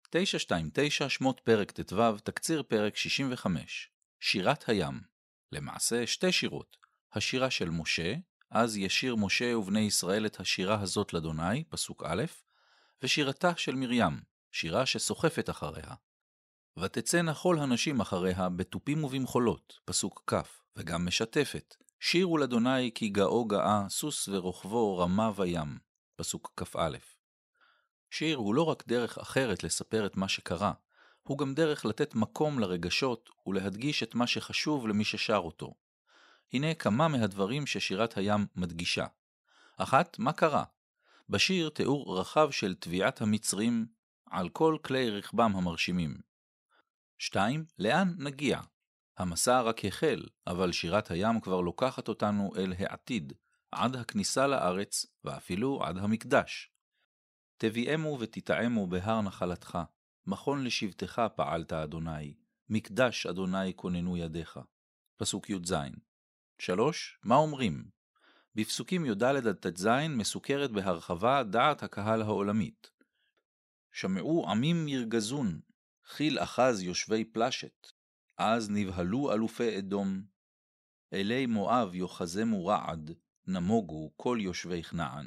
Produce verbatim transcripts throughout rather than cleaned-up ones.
תשע שתיים תשע שמות פרק ט"ו, תקציר פרק שישים וחמש. שירת הים. למעשה שתי שירות. השירה של משה, אז ישיר משה ובני ישראל את השירה הזאת לאדוני, פסוק א', ושירתה של מרים, שירה שסוחפת אחריה. ותצאנה כל הנשים אחריה בתופים ובמחולות, פסוק כ', וגם משתפת. שירו לאדוני כי גאו גאה, סוס ורוכבו רמה וים, פסוק כ"א. שיר הוא לא רק דרך אחרת לספר את מה שקרה, הוא גם דרך לתת מקום לרגשות ולהדגיש את מה שחשוב למי ששר אותו. הנה כמה מהדברים ששירת הים מדגישה. אחת, מה קרה? בשיר תיאור רחב של תביעת המצרים על כל כלי רכבם המרשימים. שתיים, לאן נגיע? המסע רק החל, אבל שירת הים כבר לוקחת אותנו אל העתיד, עד הכניסה לארץ ואפילו עד המקדש. תביאמו ותטעמו בהר נחלתך, מכון לשבטך פעלת אדוני, מקדש אדוני כוננו ידיך. פסוק י"ז. שלוש. מה אומרים? בפסוקים י"ד עד ט"ז מסוכרת בהרחבה דעת הקהל העולמית. שמעו עמים ירגזון, חיל אחז יושבי פלשת, אז נבהלו אלופי אדום. אלי מואב יוחזמו רעד, נמוגו כל יושבי כנען.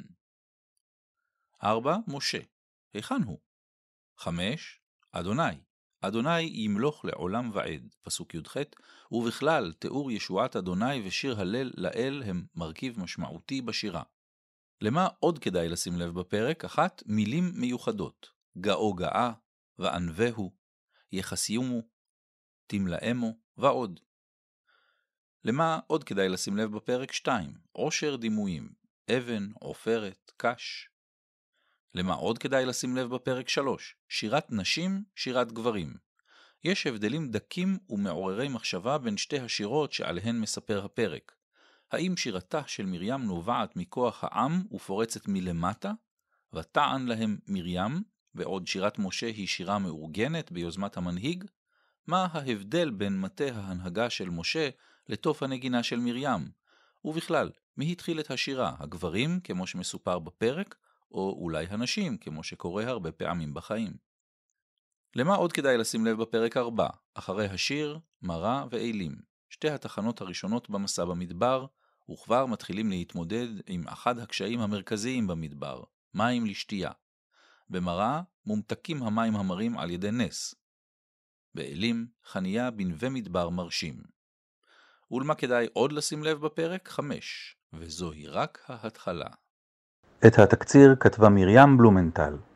ארבע. משה. היכן הוא? חמש. אדוני. אדוני ימלוך לעולם ועד, פסוק י"ח, ובכלל תיאור ישועת אדוני ושיר הלל לאל הם מרכיב משמעותי בשירה. למה עוד כדאי לשים לב בפרק? אחת, מילים מיוחדות, גאו גאה, וענבהו, יחסיומו, תמלאמו ועוד. למה עוד כדאי לשים לב בפרק? שתיים, עושר דימויים, אבן, עופרת, קש. למה עוד כדאי לשים לב בפרק שלוש? שירת נשים, שירת גברים. יש הבדלים דקים ומעוררי מחשבה בין שתי השירות שעליהן מספר הפרק. האם שירתה של מרים נובעת מכוח העם ופורצת מלמטה, ותען להם מרים, בעוד שירת משה היא שירה מאורגנת ביוזמת המנהיג? מה ההבדל בין מטה ההנהגה של משה לתוף הנגינה של מרים? ובכלל, מי התחיל את השירה? הגברים, כמו שמסופר בפרק, או אולי הנשים, כמו שקורה הרבה פעמים בחיים. למה עוד כדאי לשים לב בפרק ארבע? אחרי השיר, מראה ואילים. שתי התחנות הראשונות במסע במדבר, וכבר מתחילים להתמודד עם אחד הקשיים המרכזיים במדבר, מים לשתייה. במראה מומתקים המים המרים על ידי נס. באילים, חניה בנווה מדבר מרשים. ולמה כדאי עוד לשים לב בפרק? חמש, וזוהי רק ההתחלה. את התקציר כתבה מרים בלומנטל.